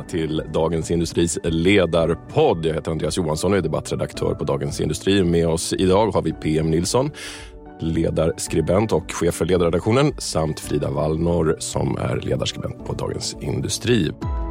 till Dagens Industris ledarpodd. Jag heter Andreas Johansson och är debattredaktör på Dagens Industri. Med oss idag har vi PM Nilsson, ledarskribent och chef för ledarredaktionen, samt Frida Wallnor som är ledarskribent på Dagens Industri.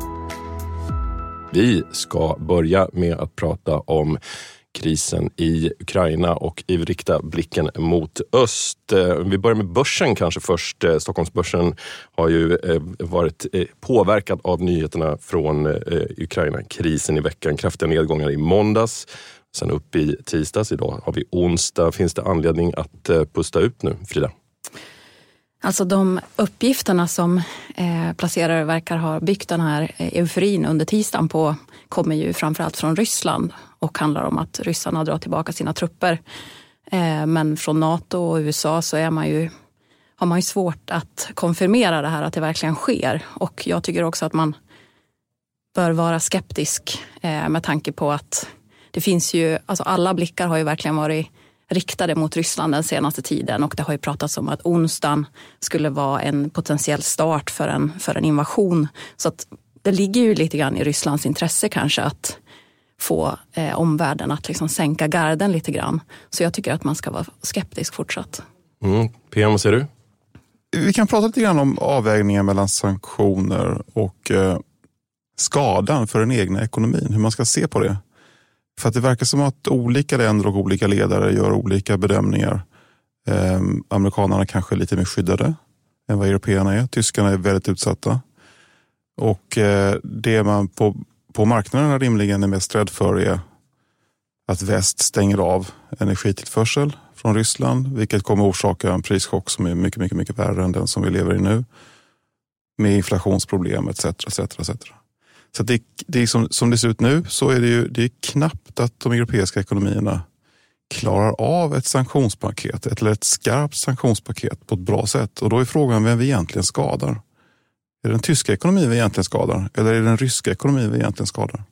Vi ska börja med att prata om krisen i Ukraina och rikta blicken mot öst. Vi börjar med börsen kanske först. Stockholmsbörsen har ju varit påverkad av nyheterna från Ukraina-krisen i veckan. Kraftiga nedgångar i måndags, sen upp i tisdags. Idag har vi onsdag. Finns det anledning att pusta ut nu, Frida? Alltså de uppgifterna som placerare verkar ha byggt den här euforin under tisdagen på kommer ju framförallt från Ryssland och handlar om att ryssarna drar tillbaka sina trupper. Men från NATO och USA så har man ju svårt att konfirmera det här, att det verkligen sker. Och jag tycker också att man bör vara skeptisk med tanke på att det finns ju, alltså alla blickar har ju verkligen varit riktade mot Ryssland den senaste tiden, och det har ju pratats om att onsdagen skulle vara en potentiell start för en invasion. Så att det ligger ju lite grann i Rysslands intresse kanske att få omvärlden att liksom sänka garden lite grann. Så jag tycker att man ska vara skeptisk fortsatt. PM, vad säger du? Vi kan prata lite grann om avvägningen mellan sanktioner och skadan för den egna ekonomin. Hur man ska se på det. För att det verkar som att olika länder och olika ledare gör olika bedömningar. Amerikanerna kanske är lite mer skyddade än vad européerna är. Tyskarna är väldigt utsatta. Och det man på marknaden rimligen är mest rädd för är att väst stänger av energitillförsel från Ryssland, vilket kommer orsaka en prischock som är mycket, mycket, mycket värre än den som vi lever i nu. Med inflationsproblem etc. Så det är som det ser ut nu så är det är knappt att de europeiska ekonomierna klarar av ett sanktionspaket eller ett skarpt sanktionspaket på ett bra sätt. Och då är frågan vem vi egentligen skadar. Är det den tyska ekonomin vi egentligen skadar? Eller är det den ryska ekonomin vi egentligen skadar?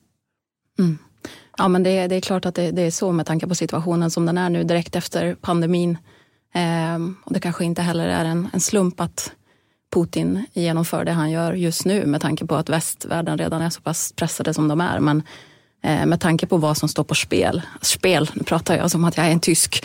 Ja, men det är klart att det är så med tanke på situationen som den är nu direkt efter pandemin. Och det kanske inte heller är en slump att Putin genomför det han gör just nu med tanke på att västvärlden redan är så pass pressade som de är. Men med tanke på vad som står på spel, nu pratar jag som att jag är en tysk.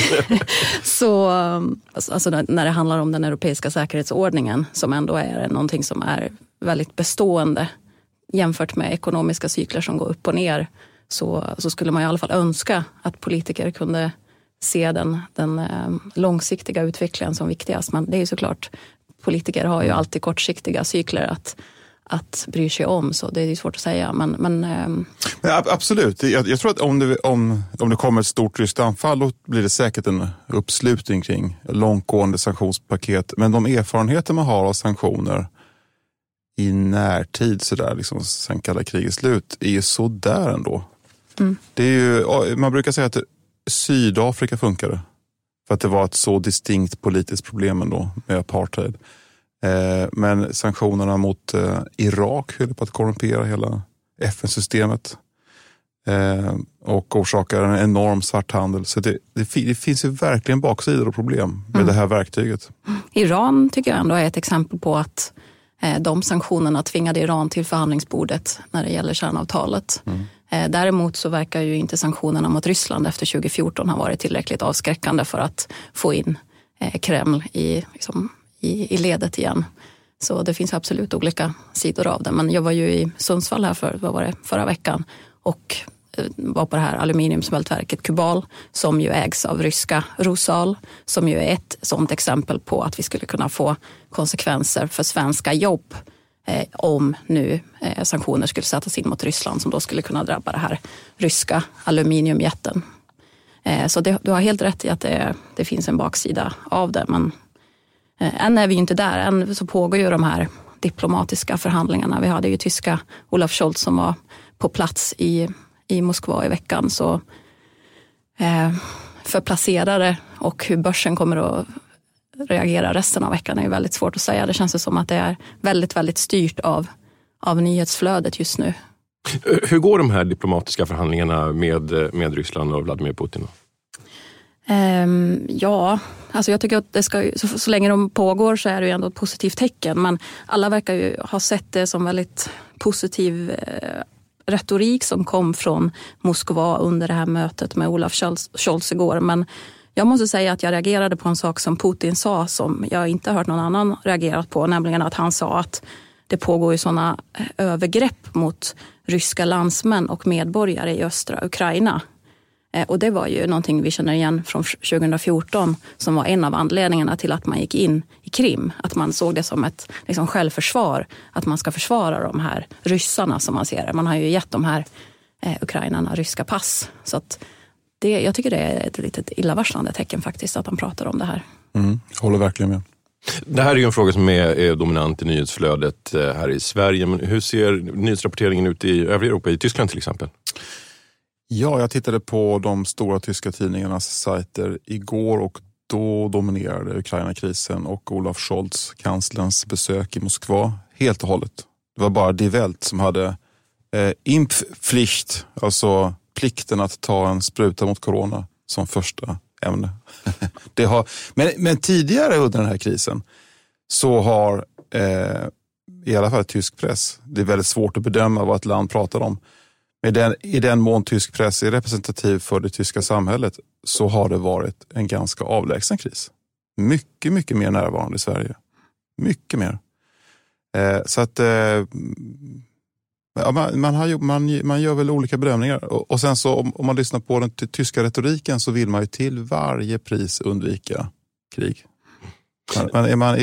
Så alltså när det handlar om den europeiska säkerhetsordningen som ändå är någonting som är väldigt bestående jämfört med ekonomiska cykler som går upp och ner, så skulle man i alla fall önska att politiker kunde se den långsiktiga utvecklingen som viktigast. Men det är ju såklart, politiker har ju alltid kortsiktiga cykler att bry sig om, så det är svårt att säga. Men absolut. Jag tror att om det kommer ett stort ryskt anfall, då blir det säkert en uppslutning kring långtgående sanktionspaket. Men de erfarenheter man har av sanktioner i närtid, sådär, liksom, sen kalla krigets slut, är ju så där ändå. Det är ju, man brukar säga att Sydafrika funkade. För att det var ett så distinkt politiskt problem ändå med apartheid. Men sanktionerna mot Irak höll på att korrumpera hela FN-systemet. Och orsakar en enorm svarthandel. Så det finns ju verkligen baksidor och problem med det här verktyget. Iran tycker jag ändå är ett exempel på att de sanktionerna tvingade Iran till förhandlingsbordet när det gäller kärnavtalet. Däremot så verkar ju inte sanktionerna mot Ryssland efter 2014 ha varit tillräckligt avskräckande för att få in Kreml i ledet igen. Så det finns absolut olika sidor av det. Men jag var ju i Sundsvall här förra veckan och var på det här aluminiumsmältverket Kubal som ju ägs av ryska Rusal, som ju är ett sådant exempel på att vi skulle kunna få konsekvenser för svenska jobb om nu sanktioner skulle sättas in mot Ryssland, som då skulle kunna drabba det här ryska aluminiumjätten. Så du har helt rätt i att det finns en baksida av det, men än är vi ju inte där. Än så pågår ju de här diplomatiska förhandlingarna. Vi hade ju tyska Olaf Scholz som var på plats i Moskva i veckan, så för placerare och hur börsen kommer att reagera resten av veckan är ju väldigt svårt att säga. Det känns som att det är väldigt, väldigt styrt av nyhetsflödet just nu. Hur går de här diplomatiska förhandlingarna med Ryssland och Vladimir Putin? Ja, alltså jag tycker att det ska, så länge de pågår så är det ju ändå ett positivt tecken. Men alla verkar ju ha sett det som väldigt positiv retorik som kom från Moskva under det här mötet med Olaf Scholz igår. Men jag måste säga att jag reagerade på en sak som Putin sa som jag inte hört någon annan reagerat på. Nämligen att han sa att det pågår ju sådana övergrepp mot ryska landsmän och medborgare i östra Ukraina. Och det var ju någonting vi känner igen från 2014 som var en av anledningarna till att man gick in i Krim. Att man såg det som ett liksom, självförsvar, att man ska försvara de här ryssarna som man ser det. Man har ju gett de här ukrainarna ryska pass. Så att jag tycker det är ett litet illavarslande tecken faktiskt att han pratar om det här. Håller verkligen med. Det här är ju en fråga som är dominant i nyhetsflödet här i Sverige. Men hur ser nyhetsrapporteringen ut i övriga Europa, i Tyskland till exempel? Ja, jag tittade på de stora tyska tidningarnas sajter igår och då dominerade Ukraina-krisen och Olaf Scholz, kanslerns besök i Moskva, helt och hållet. Det var bara Die Welt som hade Impfpflicht, alltså plikten att ta en spruta mot corona som första ämne. Men tidigare under den här krisen så har i alla fall tysk press, det är väldigt svårt att bedöma vad ett land pratar om. I den mån tysk press är representativ för det tyska samhället så har det varit en ganska avlägsen kris. Mycket, mycket mer närvarande i Sverige. Mycket mer. Så att man gör väl olika bedömningar. Och sen så om man lyssnar på den tyska retoriken så vill man ju till varje pris undvika krig. Man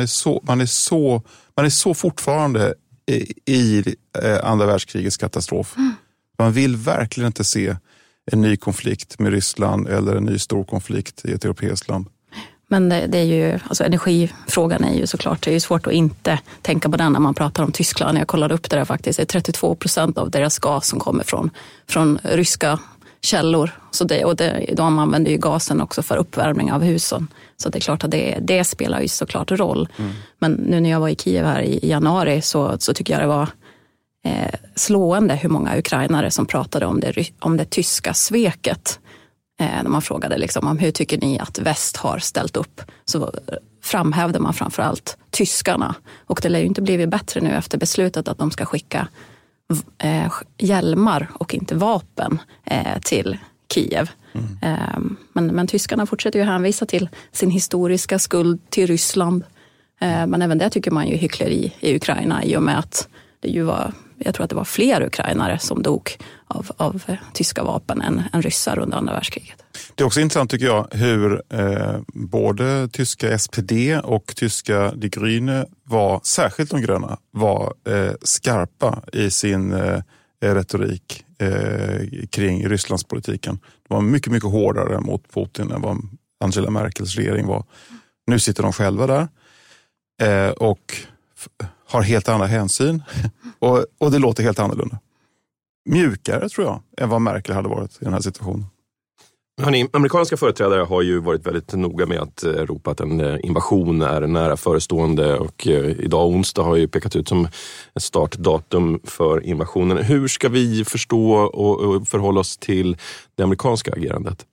är så fortfarande i andra världskrigets katastrof. Man vill verkligen inte se en ny konflikt med Ryssland eller en ny stor konflikt i ett europeiskt land. Men det är ju, alltså energifrågan är ju såklart, det är ju svårt att inte tänka på den när man pratar om Tyskland. Jag kollade upp det där faktiskt, det är 32% av deras gas som kommer från ryska källor. Så de använder ju gasen också för uppvärmning av husen. Så det är klart att det spelar ju såklart roll. Men nu när jag var i Kiev här i januari så tycker jag det var slående hur många ukrainare som pratade om det tyska sveket. När man frågade liksom, om hur tycker ni att väst har ställt upp, så framhävde man framförallt tyskarna. Och det lär ju inte blivit bättre nu efter beslutet att de ska skicka hjälmar och inte vapen till Kiev. Men tyskarna fortsätter ju hänvisa till sin historiska skuld till Ryssland. Men även det tycker man ju hyckleri i Ukraina i och med att det ju var, jag tror att det var fler ukrainare som dog av tyska vapen än ryssar under andra världskriget. Det är också intressant tycker jag hur både tyska SPD och tyska Die Grüne var, särskilt de gröna, var skarpa i sin retorik kring Rysslandspolitiken. De var mycket, mycket hårdare mot Putin än vad Angela Merkels regering var. Nu sitter de själva där och har helt andra hänsyn och det låter helt annorlunda. Mjukare tror jag än vad Merkel hade varit i den här situationen. Hörrni, amerikanska företrädare har ju varit väldigt noga med att ropa att en invasion är nära förestående och idag onsdag har ju pekat ut som ett startdatum för invasionen. Hur ska vi förstå och förhålla oss till det amerikanska agerandet?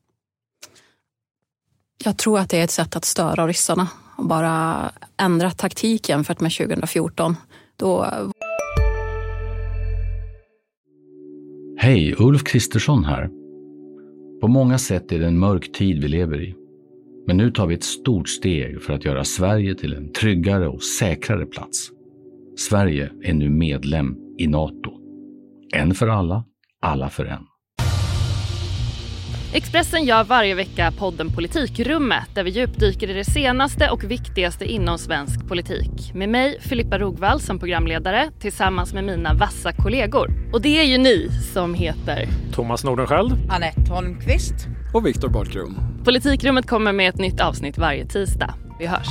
Jag tror att det är ett sätt att störa ryssarna och bara ändra taktik jämfört med 2014. Hej, Ulf Kristersson här. På många sätt är det en mörk tid vi lever i. Men nu tar vi ett stort steg för att göra Sverige till en tryggare och säkrare plats. Sverige är nu medlem i NATO. En för alla, alla för en. Expressen gör varje vecka podden Politikrummet där vi djupdyker i det senaste och viktigaste inom svensk politik. Med mig, Filippa Rogvall, som programledare tillsammans med mina vassa kollegor. Och det är ju ni som heter Thomas Nordenskjöld, Anette Holmqvist och Viktor Bartkron. Politikrummet kommer med ett nytt avsnitt varje tisdag. Vi hörs.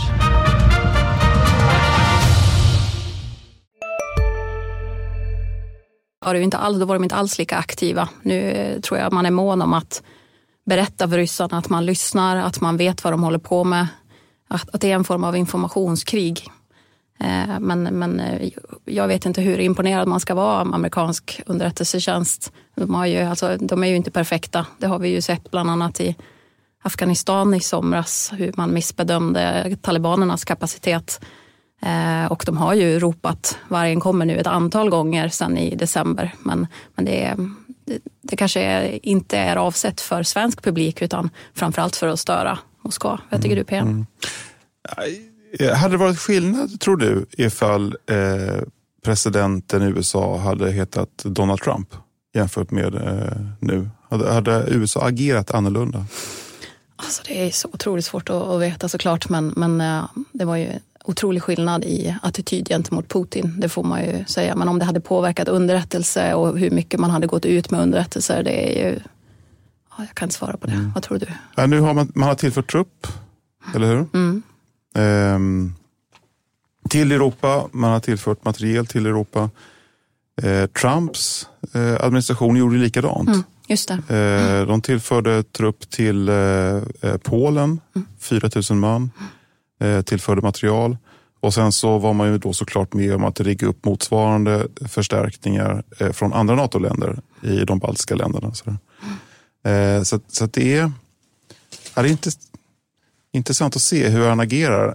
Då var de inte alls lika aktiva. Nu tror jag man är mån om att berätta för ryssarna att man lyssnar, att man vet vad de håller på med. Att det är en form av informationskrig. Men jag vet inte hur imponerad man ska vara av amerikansk underrättelsetjänst. De är ju inte perfekta. Det har vi ju sett bland annat i Afghanistan i somras, hur man missbedömde talibanernas kapacitet. Och de har ju ropat, vargen kommer nu ett antal gånger sedan i december. Men det kanske inte är avsett för svensk publik utan framförallt för att störa Moskva. Vad tycker du, PM? Hade det varit skillnad, tror du, ifall presidenten i USA hade hetat Donald Trump jämfört med nu? Hade USA agerat annorlunda? Alltså det är så otroligt svårt att veta såklart, men det var ju otrolig skillnad i attityd gentemot Putin, det får man ju säga. Men om det hade påverkat underrättelse och hur mycket man hade gått ut med underrättelser, det är ju... Ja, jag kan inte svara på det. Vad tror du? Ja, nu har man har tillfört trupp, eller hur? Till Europa, man har tillfört materiel till Europa. Trumps administration gjorde likadant. Just det. De tillförde trupp till Polen, 4 000 man, tillförde material. Och sen så var man ju då såklart med om att rigga upp motsvarande förstärkningar från andra NATO-länder i de baltiska länderna. Så att det är intressant att se hur han agerar.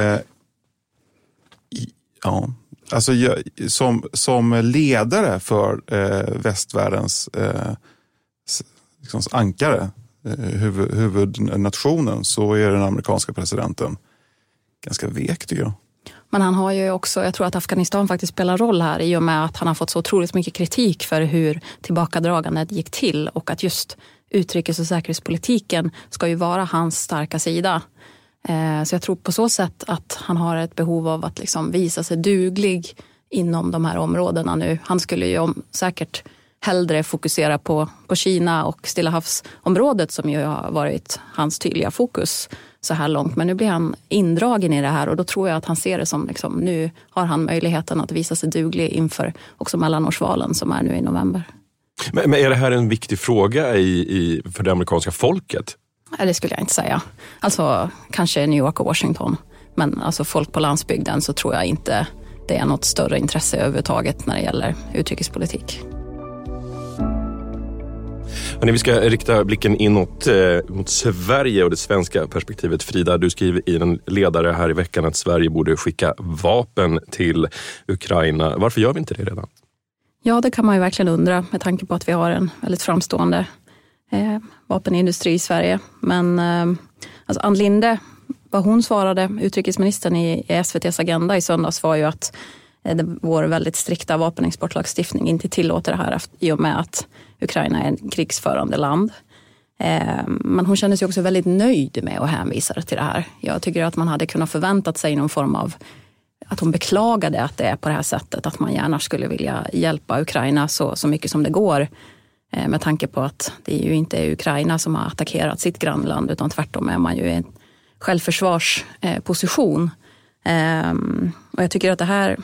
Alltså som ledare för västvärldens liksom ankare, huvudnationen, så är den amerikanska presidenten ganska vek, tycker jag. Men han har ju också, jag tror att Afghanistan faktiskt spelar roll här i och med att han har fått så otroligt mycket kritik för hur tillbakadragandet gick till och att just utrikes- och säkerhetspolitiken ska ju vara hans starka sida. Så jag tror på så sätt att han har ett behov av att liksom visa sig duglig inom de här områdena nu. Han skulle ju säkert hellre fokusera på Kina och Stilla havsområdet som ju har varit hans tydliga fokus så här långt. Men nu blir han indragen i det här och då tror jag att han ser det som liksom, nu har han möjligheten att visa sig duglig inför också mellanårsvalen som är nu i november. Men är det här en viktig fråga för det amerikanska folket? Nej, det skulle jag inte säga. Alltså kanske New York och Washington. Men alltså folk på landsbygden så tror jag inte det är något större intresse överhuvudtaget när det gäller utrikespolitik. Vi ska rikta blicken inåt mot Sverige och det svenska perspektivet. Frida, du skriver i en ledare här i veckan att Sverige borde skicka vapen till Ukraina. Varför gör vi inte det redan? Ja, det kan man ju verkligen undra med tanke på att vi har en väldigt framstående vapenindustri i Sverige. Men alltså Ann Linde, vad hon svarade utrikesministern i SVT:s Agenda i söndags var ju att vår väldigt strikta vapenexportlagstiftning inte tillåter det här i och med att Ukraina är en krigsförande land. Men hon kände sig också väldigt nöjd med att hänvisa till det här. Jag tycker att man hade kunnat förväntat sig någon form av att hon beklagade att det är på det här sättet. Att man gärna skulle vilja hjälpa Ukraina så mycket som det går. Med tanke på att det ju inte är Ukraina som har attackerat sitt grannland utan tvärtom är man ju i en självförsvarsposition. Och jag tycker att det här,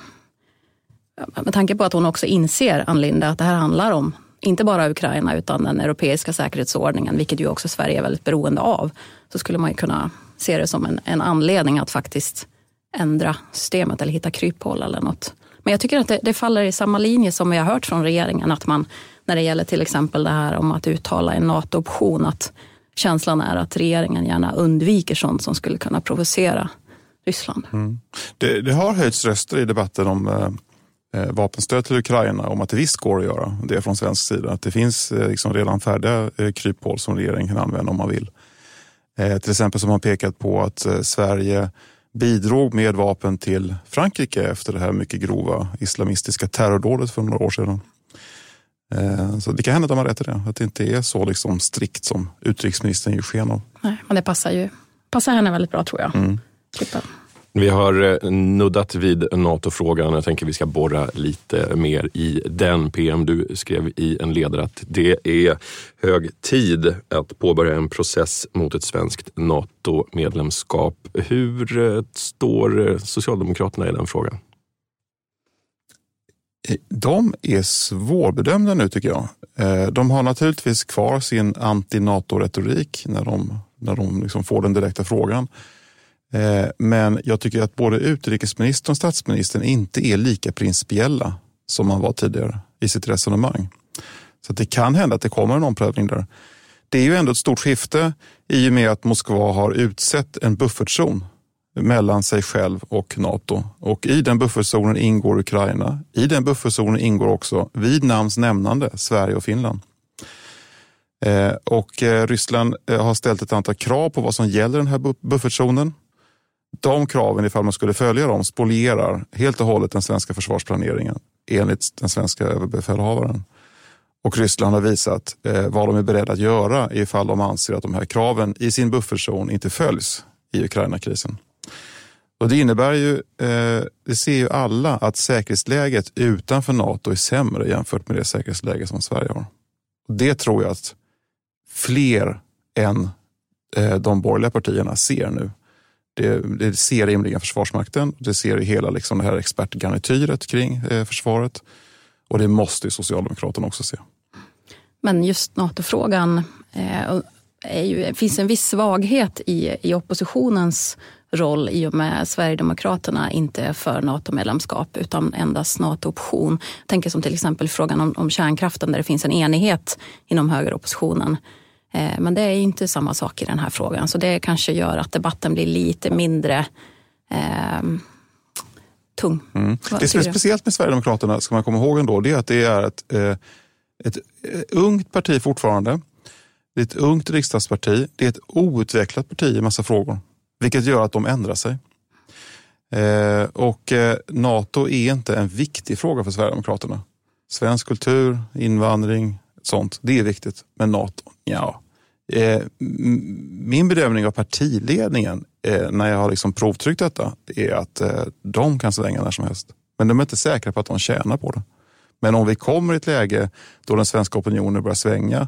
med tanke på att hon också inser, Ann Linde, att det här handlar om inte bara Ukraina utan den europeiska säkerhetsordningen, vilket ju också Sverige är väldigt beroende av, så skulle man ju kunna se det som en anledning att faktiskt ändra systemet eller hitta kryphål eller något. Men jag tycker att det faller i samma linje som vi har hört från regeringen, att man, när det gäller till exempel det här om att uttala en NATO-option, att känslan är att regeringen gärna undviker sånt som skulle kunna provocera Ryssland. Det har höjts röster i debatten om vapenstöd till Ukraina, om att det visst går att göra det från svensk sida. Att det finns liksom redan färdiga kryphål som regeringen kan använda om man vill. Till exempel som har pekat på att Sverige bidrog med vapen till Frankrike efter det här mycket grova islamistiska terrordådet för några år sedan. Så det kan hända att de har rätt i det. Att det inte är så liksom strikt som utrikesministern ger sken av. Nej, men det passar henne väldigt bra, tror jag. Vi har nuddat vid NATO-frågan. Jag tänker vi ska borra lite mer i den. PM, du skrev i en ledare att det är hög tid att påbörja en process mot ett svenskt NATO-medlemskap. Hur står Socialdemokraterna i den frågan? De är svårbedömda nu, tycker jag. De har naturligtvis kvar sin anti-NATO-retorik när de liksom får den direkta frågan. Men jag tycker att både utrikesministern och statsministern inte är lika principiella som man var tidigare i sitt resonemang. Så att det kan hända att det kommer en omprövning där. det är ju ändå ett stort skifte i och med att Moskva har utsett en buffertzon mellan sig själv och NATO. Och i den buffertzonen ingår Ukraina. I den buffertzonen ingår också vid namns nämnande Sverige och Finland. Och Ryssland har ställt ett antal krav på vad som gäller den här buffertzonen. De kraven, ifall man skulle följa dem, spolierar helt och hållet den svenska försvarsplaneringen enligt den svenska överbefälhavaren. Och Ryssland har visat vad de är beredda att göra ifall de anser att de här kraven i sin buffertzon inte följs i Ukraina-krisen. Och det innebär ju, det ser ju alla, att säkerhetsläget utanför NATO är sämre jämfört med det säkerhetsläge som Sverige har. Och det tror jag att fler än de borgerliga partierna ser nu. Det ser rimligen Försvarsmakten, det ser hela liksom det här expertgarnityret kring försvaret, och det måste ju Socialdemokraterna också se. Men just NATO-frågan finns en viss svaghet i oppositionens roll i och med Sverigedemokraterna inte är för NATO-medlemskap utan endast NATO-option. Jag tänker som till exempel frågan om kärnkraften där det finns en enighet inom högeroppositionen. Men det är inte samma sak i den här frågan, så det kanske gör att debatten blir lite mindre tung. Det som är speciellt med Sverigedemokraterna, ska man komma ihåg ändå, det är att det är ett ungt parti fortfarande. Det är ett ungt riksdagsparti. Det är ett outvecklat parti i massa frågor, vilket gör att de ändrar sig. Och NATO är inte en viktig fråga för Sverigedemokraterna. Svensk kultur, invandring, sånt, det är viktigt. Men NATO, ja. Min bedömning av partiledningen när jag har liksom provtryckt detta är att de kan svänga när som helst. Men de är inte säkra på att de tjänar på det. Men om vi kommer i ett läge då den svenska opinionen börjar svänga,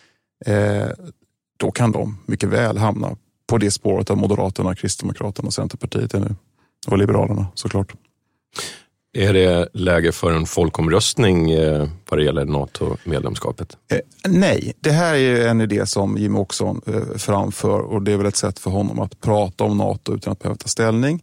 då kan de mycket väl hamna på det spåret av Moderaterna, Kristdemokraterna och Centerpartiet nu. Och Liberalerna såklart. Är det läge för en folkomröstning vad det gäller NATO-medlemskapet? Nej, det här är en idé som Jim Åkesson framför, och det är väl ett sätt för honom att prata om NATO utan att behöva ta ställning.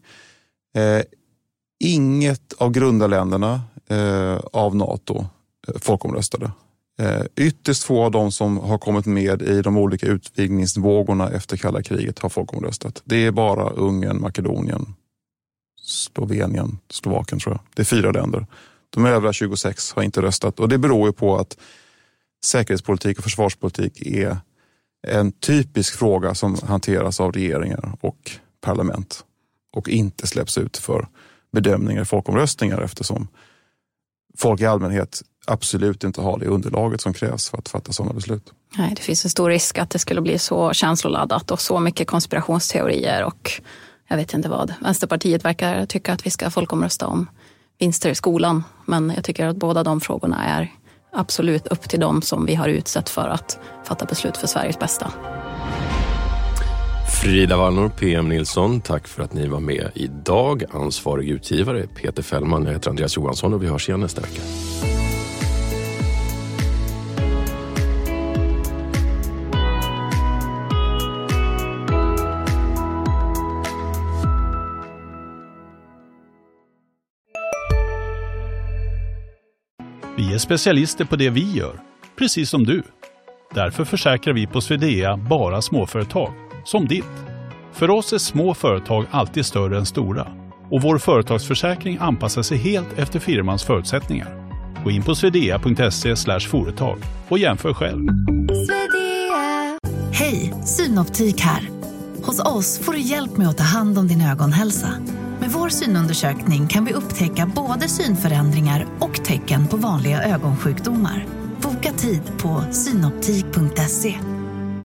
Inget av grundarländerna av NATO folkomröstade. Ytterst få av de som har kommit med i de olika utvidgningsvågorna efter kalla kriget har folkomröstat. Det är bara Ungern, Makedonien, Slovenien, Slovakien tror jag. Det är 4 länder. De övriga 26 har inte röstat, och det beror ju på att säkerhetspolitik och försvarspolitik är en typisk fråga som hanteras av regeringar och parlament och inte släpps ut för bedömningar i folkomröstningar, eftersom folk i allmänhet absolut inte har det underlaget som krävs för att fatta sådana beslut. Nej, det finns en stor risk att det skulle bli så känsloladdat och så mycket konspirationsteorier och jag vet inte vad. Vänsterpartiet verkar tycka att vi ska folkomrösta om vinster i skolan, men jag tycker att båda de frågorna är absolut upp till dem som vi har utsett för att fatta beslut för Sveriges bästa. Frida Wallnor, PM Nilsson, tack för att ni var med idag. Ansvarig utgivare Peter Fällman, jag heter Andreas Johansson och vi hörs igen nästa vecka. Vi är specialister på det vi gör, precis som du. Därför försäkrar vi på Swedea bara småföretag, som ditt. För oss är små företag alltid större än stora. Och vår företagsförsäkring anpassar sig helt efter firmans förutsättningar. Gå in på swedea.se/företag och jämför själv. Hej, Synoptik här. Hos oss får du hjälp med att ta hand om din ögonhälsa. Med vår synundersökning kan vi upptäcka både synförändringar och tecken på vanliga ögonsjukdomar. Boka tid på synoptik.se.